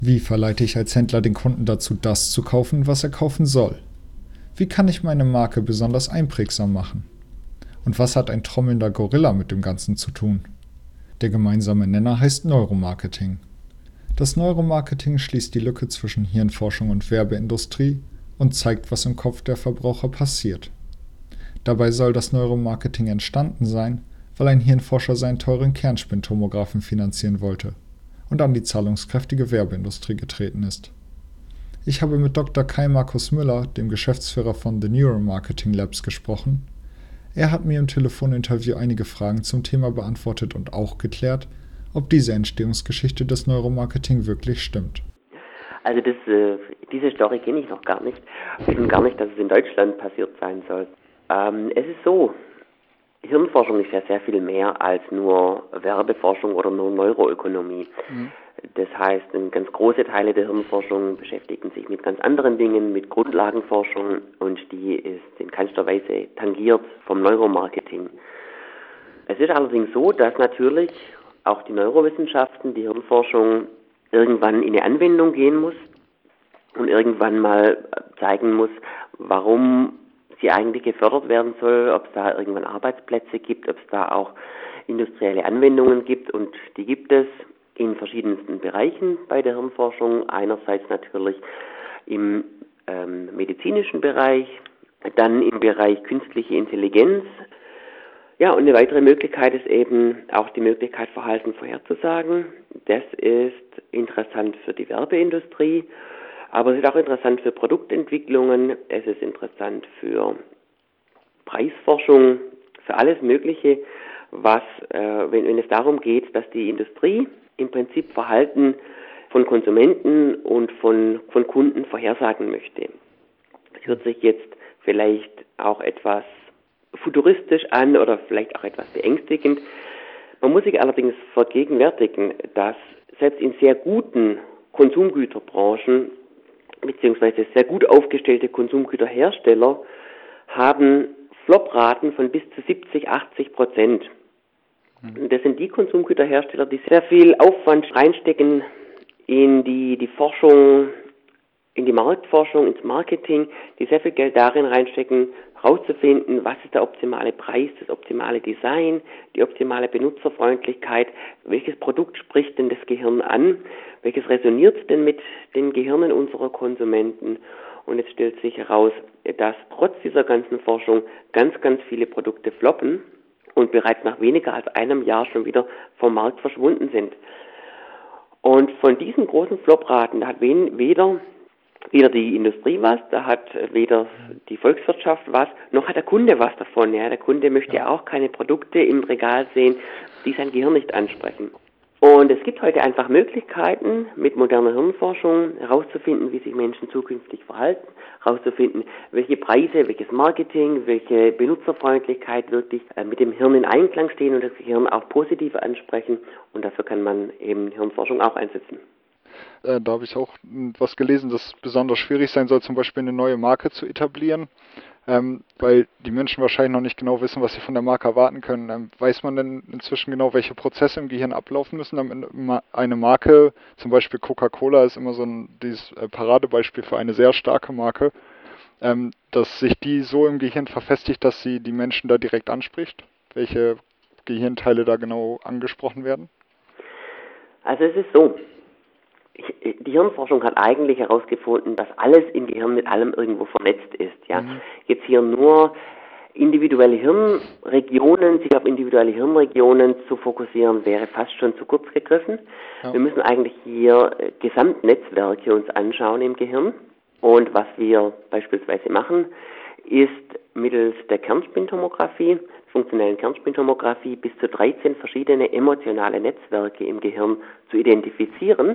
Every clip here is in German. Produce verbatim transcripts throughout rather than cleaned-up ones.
Wie verleite ich als Händler den Kunden dazu, das zu kaufen, was er kaufen soll? Wie kann ich meine Marke besonders einprägsam machen? Und was hat ein trommelnder Gorilla mit dem Ganzen zu tun? Der gemeinsame Nenner heißt Neuromarketing. Das Neuromarketing schließt die Lücke zwischen Hirnforschung und Werbeindustrie und zeigt, was im Kopf der Verbraucher passiert. Dabei soll das Neuromarketing entstanden sein, weil ein Hirnforscher seinen teuren Kernspintomographen finanzieren wollte und an die zahlungskräftige Werbeindustrie getreten ist. Ich habe mit Doktor Kai Markus Müller, dem Geschäftsführer von The Neuromarketing Labs, gesprochen. Er hat mir im Telefoninterview einige Fragen zum Thema beantwortet und auch geklärt, ob diese Entstehungsgeschichte des Neuromarketing wirklich stimmt. Also das, äh, diese Story kenne ich noch gar nicht. Ich weiß gar nicht, dass es in Deutschland passiert sein soll. Ähm, es ist so, Hirnforschung ist ja sehr viel mehr als nur Werbeforschung oder nur Neuroökonomie. Mhm. Das heißt, ganz große Teile der Hirnforschung beschäftigen sich mit ganz anderen Dingen, mit Grundlagenforschung, und die ist in keinster Weise tangiert vom Neuromarketing. Es ist allerdings so, dass natürlich auch die Neurowissenschaften, die Hirnforschung irgendwann in eine Anwendung gehen muss und irgendwann mal zeigen muss, warum sie eigentlich gefördert werden soll, ob es da irgendwann Arbeitsplätze gibt, ob es da auch industrielle Anwendungen gibt, und die gibt es in verschiedensten Bereichen bei der Hirnforschung. Einerseits natürlich im ähm, medizinischen Bereich, dann im Bereich künstliche Intelligenz. Ja, und eine weitere Möglichkeit ist eben auch die Möglichkeit, Verhalten vorherzusagen. Das ist interessant für die Werbeindustrie, aber es ist auch interessant für Produktentwicklungen, es ist interessant für Preisforschung, für alles Mögliche, was, äh, wenn, wenn es darum geht, dass die Industrie im Prinzip Verhalten von Konsumenten und von, von Kunden vorhersagen möchte. Das hört sich jetzt vielleicht auch etwas futuristisch an oder vielleicht auch etwas beängstigend. Man muss sich allerdings vergegenwärtigen, dass selbst in sehr guten Konsumgüterbranchen beziehungsweise sehr gut aufgestellte Konsumgüterhersteller haben Flopraten von bis zu siebzig, achtzig Prozent. Und das sind die Konsumgüterhersteller, die sehr viel Aufwand reinstecken in die, die Forschung, in die Marktforschung, ins Marketing, die sehr viel Geld darin reinstecken, herauszufinden, was ist der optimale Preis, das optimale Design, die optimale Benutzerfreundlichkeit, welches Produkt spricht denn das Gehirn an, welches resoniert denn mit den Gehirnen unserer Konsumenten. Und es stellt sich heraus, dass trotz dieser ganzen Forschung ganz, ganz viele Produkte floppen und bereits nach weniger als einem Jahr schon wieder vom Markt verschwunden sind. Und von diesen großen Flopraten, da hat weder Weder die Industrie was, da hat weder die Volkswirtschaft was, noch hat der Kunde was davon. Ja, der Kunde möchte ja auch keine Produkte im Regal sehen, die sein Gehirn nicht ansprechen. Und es gibt heute einfach Möglichkeiten, mit moderner Hirnforschung herauszufinden, wie sich Menschen zukünftig verhalten, herauszufinden, welche Preise, welches Marketing, welche Benutzerfreundlichkeit wirklich mit dem Hirn in Einklang stehen und das Gehirn auch positiv ansprechen. Und dafür kann man eben Hirnforschung auch einsetzen. Äh, da habe ich auch was gelesen, dass es besonders schwierig sein soll, zum Beispiel eine neue Marke zu etablieren, ähm, weil die Menschen wahrscheinlich noch nicht genau wissen, was sie von der Marke erwarten können. Ähm, weiß man denn inzwischen genau, welche Prozesse im Gehirn ablaufen müssen, damit eine Marke, zum Beispiel Coca-Cola ist immer so ein dieses äh, Paradebeispiel für eine sehr starke Marke, ähm, dass sich die so im Gehirn verfestigt, dass sie die Menschen da direkt anspricht? Welche Gehirnteile da genau angesprochen werden? Also es ist so, die Hirnforschung hat eigentlich herausgefunden, dass alles im Gehirn mit allem irgendwo vernetzt ist. Ja, mhm. Jetzt hier nur individuelle Hirnregionen, sich auf individuelle Hirnregionen zu fokussieren, wäre fast schon zu kurz gegriffen. Ja. Wir müssen eigentlich hier Gesamtnetzwerke uns anschauen im Gehirn. Und was wir beispielsweise machen, ist mittels der Kernspintomographie, funktionellen Kernspintomographie, bis zu dreizehn verschiedene emotionale Netzwerke im Gehirn zu identifizieren.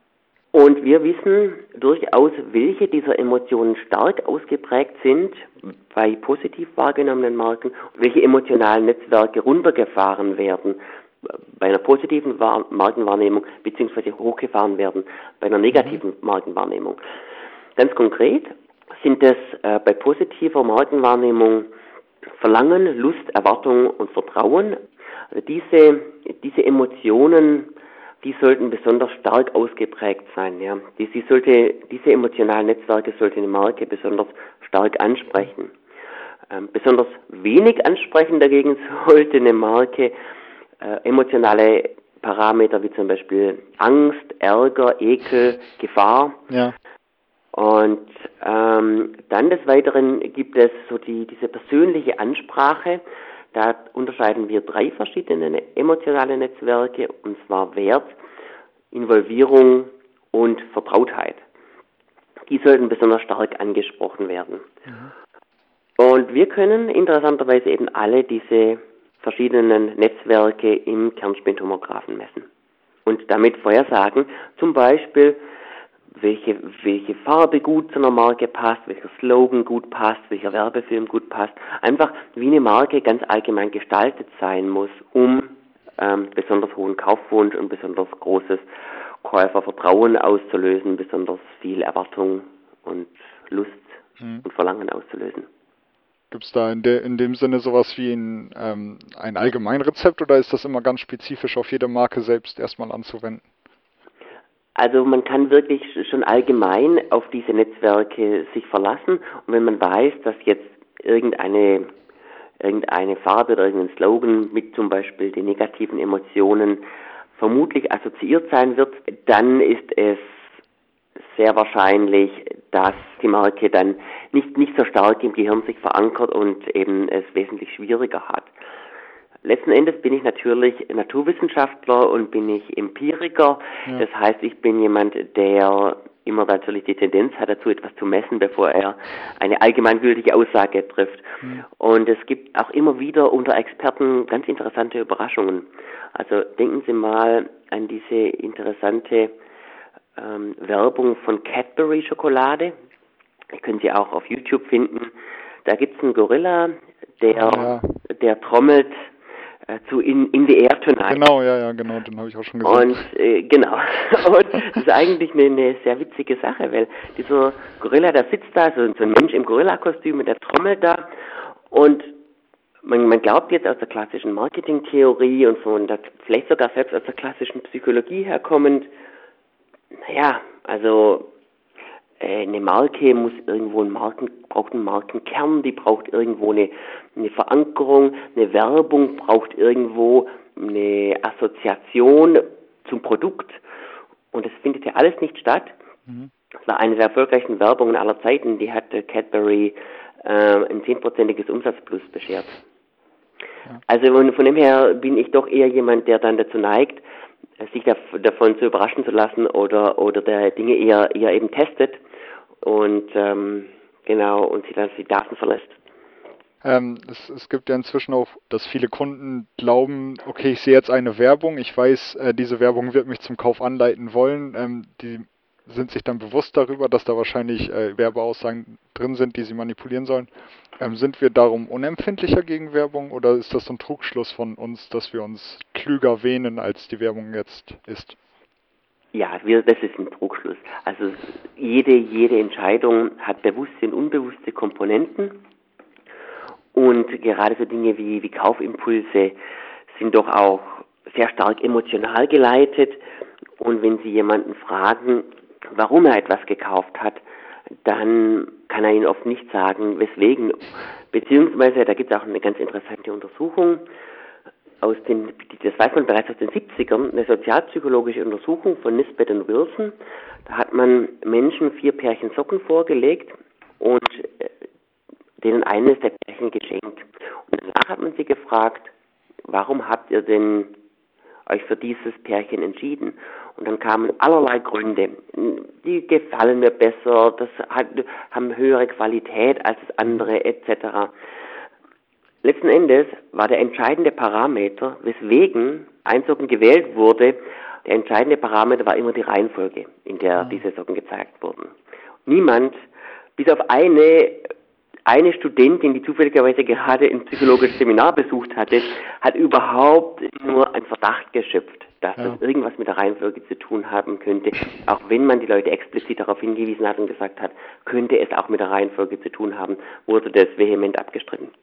Und wir wissen durchaus, welche dieser Emotionen stark ausgeprägt sind bei positiv wahrgenommenen Marken, welche emotionalen Netzwerke runtergefahren werden bei einer positiven Markenwahrnehmung beziehungsweise hochgefahren werden bei einer negativen Markenwahrnehmung. Ganz konkret sind es äh, bei positiver Markenwahrnehmung Verlangen, Lust, Erwartung und Vertrauen. Also diese, diese Emotionen die sollten besonders stark ausgeprägt sein. Ja. Die, die sollte, diese emotionalen Netzwerke sollte eine Marke besonders stark ansprechen. Ähm, besonders wenig ansprechen dagegen sollte eine Marke äh, emotionale Parameter wie zum Beispiel Angst, Ärger, Ekel, Gefahr. Ja. Und ähm, dann des Weiteren gibt es so die diese persönliche Ansprache. Da unterscheiden wir drei verschiedene emotionale Netzwerke, und zwar Wert, Involvierung und Vertrautheit. Die sollten besonders stark angesprochen werden. Mhm. Und wir können interessanterweise eben alle diese verschiedenen Netzwerke im Kernspintomographen messen. Und damit vorhersagen, zum Beispiel, welche, welche Farbe gut zu einer Marke passt, welcher Slogan gut passt, welcher Werbefilm gut passt. Einfach wie eine Marke ganz allgemein gestaltet sein muss, um ähm, besonders hohen Kaufwunsch und besonders großes Käufervertrauen auszulösen, besonders viel Erwartung und Lust mhm. und Verlangen auszulösen. Gibt es da in, de, in dem Sinne sowas wie ein, ähm, ein Allgemeinrezept oder ist das immer ganz spezifisch auf jede Marke selbst erstmal anzuwenden? Also man kann wirklich schon allgemein auf diese Netzwerke sich verlassen, und wenn man weiß, dass jetzt irgendeine, irgendeine Farbe oder irgendein Slogan mit zum Beispiel den negativen Emotionen vermutlich assoziiert sein wird, dann ist es sehr wahrscheinlich, dass die Marke dann nicht, nicht so stark im Gehirn sich verankert und eben es wesentlich schwieriger hat. Letzten Endes bin ich natürlich Naturwissenschaftler und bin ich Empiriker. Ja. Das heißt, ich bin jemand, der immer natürlich die Tendenz hat dazu, etwas zu messen, bevor er eine allgemeingültige Aussage trifft. Ja. Und es gibt auch immer wieder unter Experten ganz interessante Überraschungen. Also denken Sie mal an diese interessante ähm, Werbung von Cadbury-Schokolade. Die können Sie auch auf YouTube finden. Da gibt es einen Gorilla, der, ja. der trommelt zu in, in the Air Tonight. Genau, ja, ja, genau, den habe ich auch schon gesehen. Und äh, genau, und das ist eigentlich eine, eine sehr witzige Sache, weil dieser Gorilla, der sitzt da, so, so ein Mensch im Gorilla-Kostüm, und der trommelt da, und man, man glaubt jetzt aus der klassischen Marketingtheorie und von der, vielleicht sogar selbst aus der klassischen Psychologie herkommend, naja, also eine Marke muss irgendwo einen Marken, braucht einen Markenkern, die braucht irgendwo eine, eine Verankerung, eine Werbung braucht irgendwo eine Assoziation zum Produkt, und das findet ja alles nicht statt. Mhm. Das war eine der erfolgreichsten Werbungen aller Zeiten, die hat Cadbury äh, ein zehnprozentiges Umsatzplus beschert. Ja. Also von, von dem her bin ich doch eher jemand, der dann dazu neigt, sich davon zu überraschen zu lassen oder oder der Dinge eher eher eben testet und ähm, genau und sich dann auf die Daten verlässt. Ähm, es, es gibt ja inzwischen auch, dass viele Kunden glauben, okay, ich sehe jetzt eine Werbung, ich weiß, äh, diese Werbung wird mich zum Kauf anleiten wollen. Ähm, die sind sich dann bewusst darüber, dass da wahrscheinlich äh, Werbeaussagen drin sind, die sie manipulieren sollen. Ähm, sind wir darum unempfindlicher gegen Werbung, oder ist das so ein Trugschluss von uns, dass wir uns klüger wähnen, als die Werbung jetzt ist? Ja, wir, das ist ein Trugschluss. Also jede, jede Entscheidung hat bewusste und unbewusste Komponenten. Und gerade so Dinge wie, wie Kaufimpulse sind doch auch sehr stark emotional geleitet. Und wenn Sie jemanden fragen, warum er etwas gekauft hat, dann kann er Ihnen oft nicht sagen, weswegen. Beziehungsweise, da gibt es auch eine ganz interessante Untersuchung, aus den, das weiß man bereits aus den siebzigern, eine sozialpsychologische Untersuchung von Nisbet und Wilson. Da hat man Menschen vier Pärchen Socken vorgelegt und denen eines der Pärchen geschenkt. Und danach hat man sie gefragt, warum habt ihr denn euch für dieses Pärchen entschieden? Und dann kamen allerlei Gründe. Die gefallen mir besser, das hat, haben höhere Qualität als das andere, et cetera. Letzten Endes war der entscheidende Parameter, weswegen ein Socken gewählt wurde, der entscheidende Parameter war immer die Reihenfolge, in der diese Socken gezeigt wurden. Niemand, bis auf eine Eine Studentin, die zufälligerweise gerade ein psychologisches Seminar besucht hatte, hat überhaupt nur einen Verdacht geschöpft, dass ja. das irgendwas mit der Reihenfolge zu tun haben könnte. Auch wenn man die Leute explizit darauf hingewiesen hat und gesagt hat, könnte es auch mit der Reihenfolge zu tun haben, wurde das vehement abgestritten.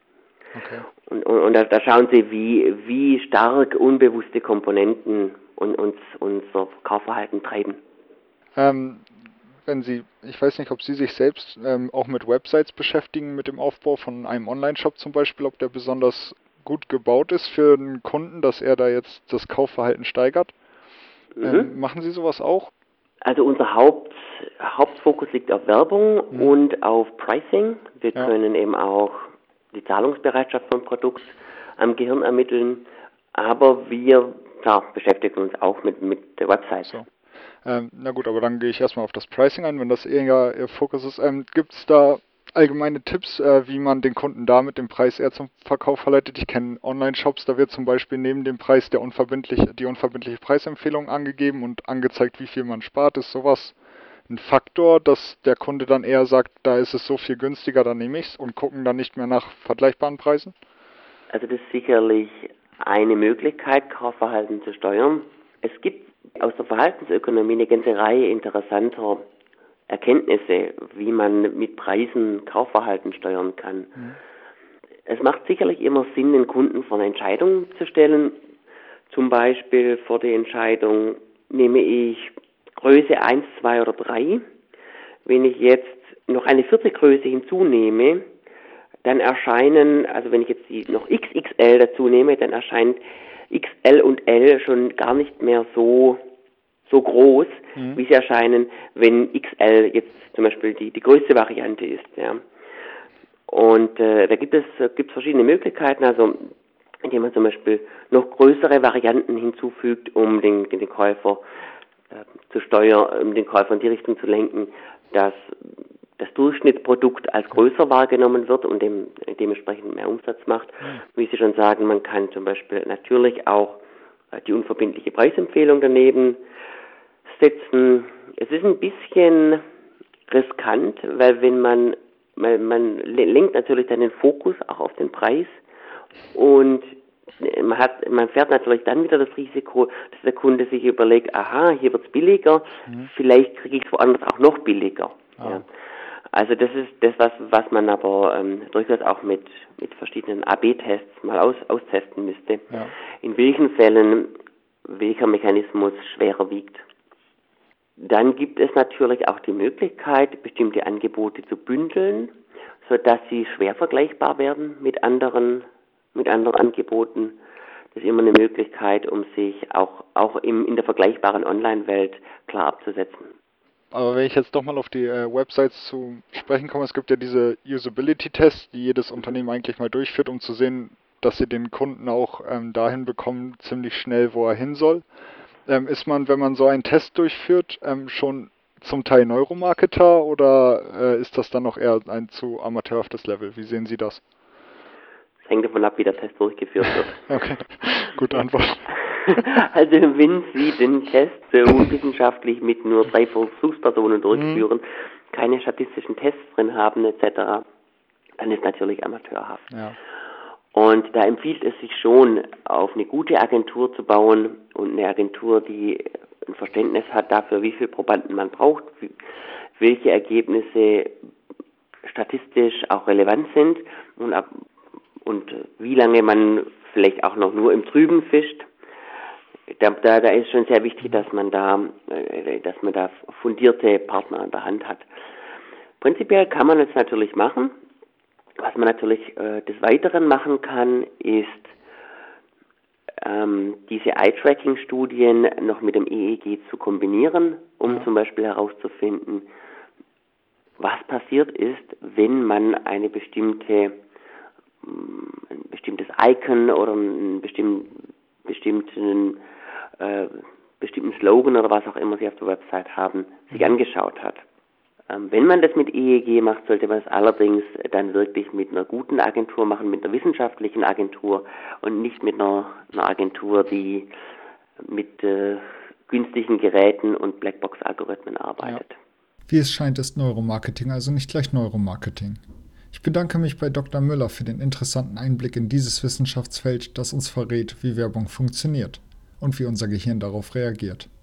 Okay. Und, und, und da, da schauen Sie, wie, wie stark unbewusste Komponenten und, uns, unser Kaufverhalten treiben. Ähm, wenn Sie, ich weiß nicht, ob Sie sich selbst ähm, auch mit Websites beschäftigen, mit dem Aufbau von einem Online-Shop zum Beispiel, ob der besonders gut gebaut ist für einen Kunden, dass er da jetzt das Kaufverhalten steigert. Mhm. Ähm, machen Sie sowas auch? Also unser Haupt, Hauptfokus liegt auf Werbung Mhm. und auf Pricing. Wir Ja. können eben auch die Zahlungsbereitschaft vom Produkt am Gehirn ermitteln, aber wir klar, beschäftigen uns auch mit, mit der Website. So. Ähm, na gut, aber dann gehe ich erstmal auf das Pricing ein, wenn das eher Ihr Fokus ist. Ähm, Gibt es da allgemeine Tipps, äh, wie man den Kunden da mit dem Preis eher zum Verkauf verleitet? Ich kenne Online-Shops, da wird zum Beispiel neben dem Preis der unverbindlich, die unverbindliche Preisempfehlung angegeben und angezeigt, wie viel man spart. Ist sowas ein Faktor, dass der Kunde dann eher sagt, da ist es so viel günstiger, dann nehme ich es und gucken dann nicht mehr nach vergleichbaren Preisen? Also das ist sicherlich eine Möglichkeit, Kaufverhalten zu steuern. Es gibt aus der Verhaltensökonomie eine ganze Reihe interessanter Erkenntnisse, wie man mit Preisen Kaufverhalten steuern kann. Mhm. Es macht sicherlich immer Sinn, den Kunden vor eine Entscheidung zu stellen. Zum Beispiel vor die Entscheidung, nehme ich Größe eins, zwei oder drei. Wenn ich jetzt noch eine vierte Größe hinzunehme, dann erscheinen, also wenn ich jetzt die noch X X L dazu nehme, dann erscheint X L und L schon gar nicht mehr so so groß, mhm. wie sie erscheinen, wenn X L jetzt zum Beispiel die, die größte Variante ist. Ja. Und äh, da gibt es gibt verschiedene Möglichkeiten, also indem man zum Beispiel noch größere Varianten hinzufügt, um den, den Käufer äh, zu steuern, um den Käufer in die Richtung zu lenken, dass das Durchschnittsprodukt als größer wahrgenommen wird und dem, dementsprechend mehr Umsatz macht. Mhm. Wie Sie schon sagen, man kann zum Beispiel natürlich auch äh, die unverbindliche Preisempfehlung daneben setzen. Es ist ein bisschen riskant, weil wenn man, man, man lenkt natürlich dann den Fokus auch auf den Preis und man hat, man fährt natürlich dann wieder das Risiko, dass der Kunde sich überlegt, aha, hier wird's billiger, mhm. vielleicht kriege ich es woanders auch noch billiger. Ah. Ja. Also das ist das, was, was man aber ähm, durchaus auch mit, mit verschiedenen A B Tests mal aus, austesten müsste, ja. in welchen Fällen welcher Mechanismus schwerer wiegt. Dann gibt es natürlich auch die Möglichkeit, bestimmte Angebote zu bündeln, sodass sie schwer vergleichbar werden mit anderen, mit anderen Angeboten. Das ist immer eine Möglichkeit, um sich auch, auch im, in der vergleichbaren Online-Welt klar abzusetzen. Aber wenn ich jetzt doch mal auf die äh, Websites zu sprechen komme, es gibt ja diese Usability-Tests, die jedes Unternehmen eigentlich mal durchführt, um zu sehen, dass sie den Kunden auch ähm, dahin bekommen, ziemlich schnell, wo er hin soll. Ähm, ist man, wenn man so einen Test durchführt, ähm, schon zum Teil Neuromarketer oder äh, ist das dann noch eher ein zu amateurhaftes Level? Wie sehen Sie das? Das hängt davon ab, wie der Test durchgeführt wird. Okay, gute Antwort. Also wenn Sie den Test äh, unwissenschaftlich mit nur drei Versuchspersonen durchführen, mhm. keine statistischen Tests drin haben et cetera, dann ist natürlich amateurhaft. Ja. Und da empfiehlt es sich schon, auf eine gute Agentur zu bauen und eine Agentur, die ein Verständnis hat dafür, wie viele Probanden man braucht, welche Ergebnisse statistisch auch relevant sind und, ab, und wie lange man vielleicht auch noch nur im Trüben fischt. Da, da, da ist schon sehr wichtig, dass man da, dass man da fundierte Partner an der Hand hat. Prinzipiell kann man es natürlich machen. Was man natürlich äh, des Weiteren machen kann, ist ähm, diese Eye-Tracking-Studien noch mit dem E E G zu kombinieren, um ja. zum Beispiel herauszufinden, was passiert ist, wenn man eine bestimmte, ein bestimmtes Icon oder einen bestimmten, bestimmten, äh, bestimmten Slogan oder was auch immer Sie auf der Website haben, sich angeschaut hat. Wenn man das mit E E G macht, sollte man es allerdings dann wirklich mit einer guten Agentur machen, mit einer wissenschaftlichen Agentur und nicht mit einer, einer Agentur, die mit äh, günstigen Geräten und Blackbox-Algorithmen arbeitet. Ja. Wie es scheint, ist Neuromarketing also nicht gleich Neuromarketing. Ich bedanke mich bei Doktor Müller für den interessanten Einblick in dieses Wissenschaftsfeld, das uns verrät, wie Werbung funktioniert und wie unser Gehirn darauf reagiert.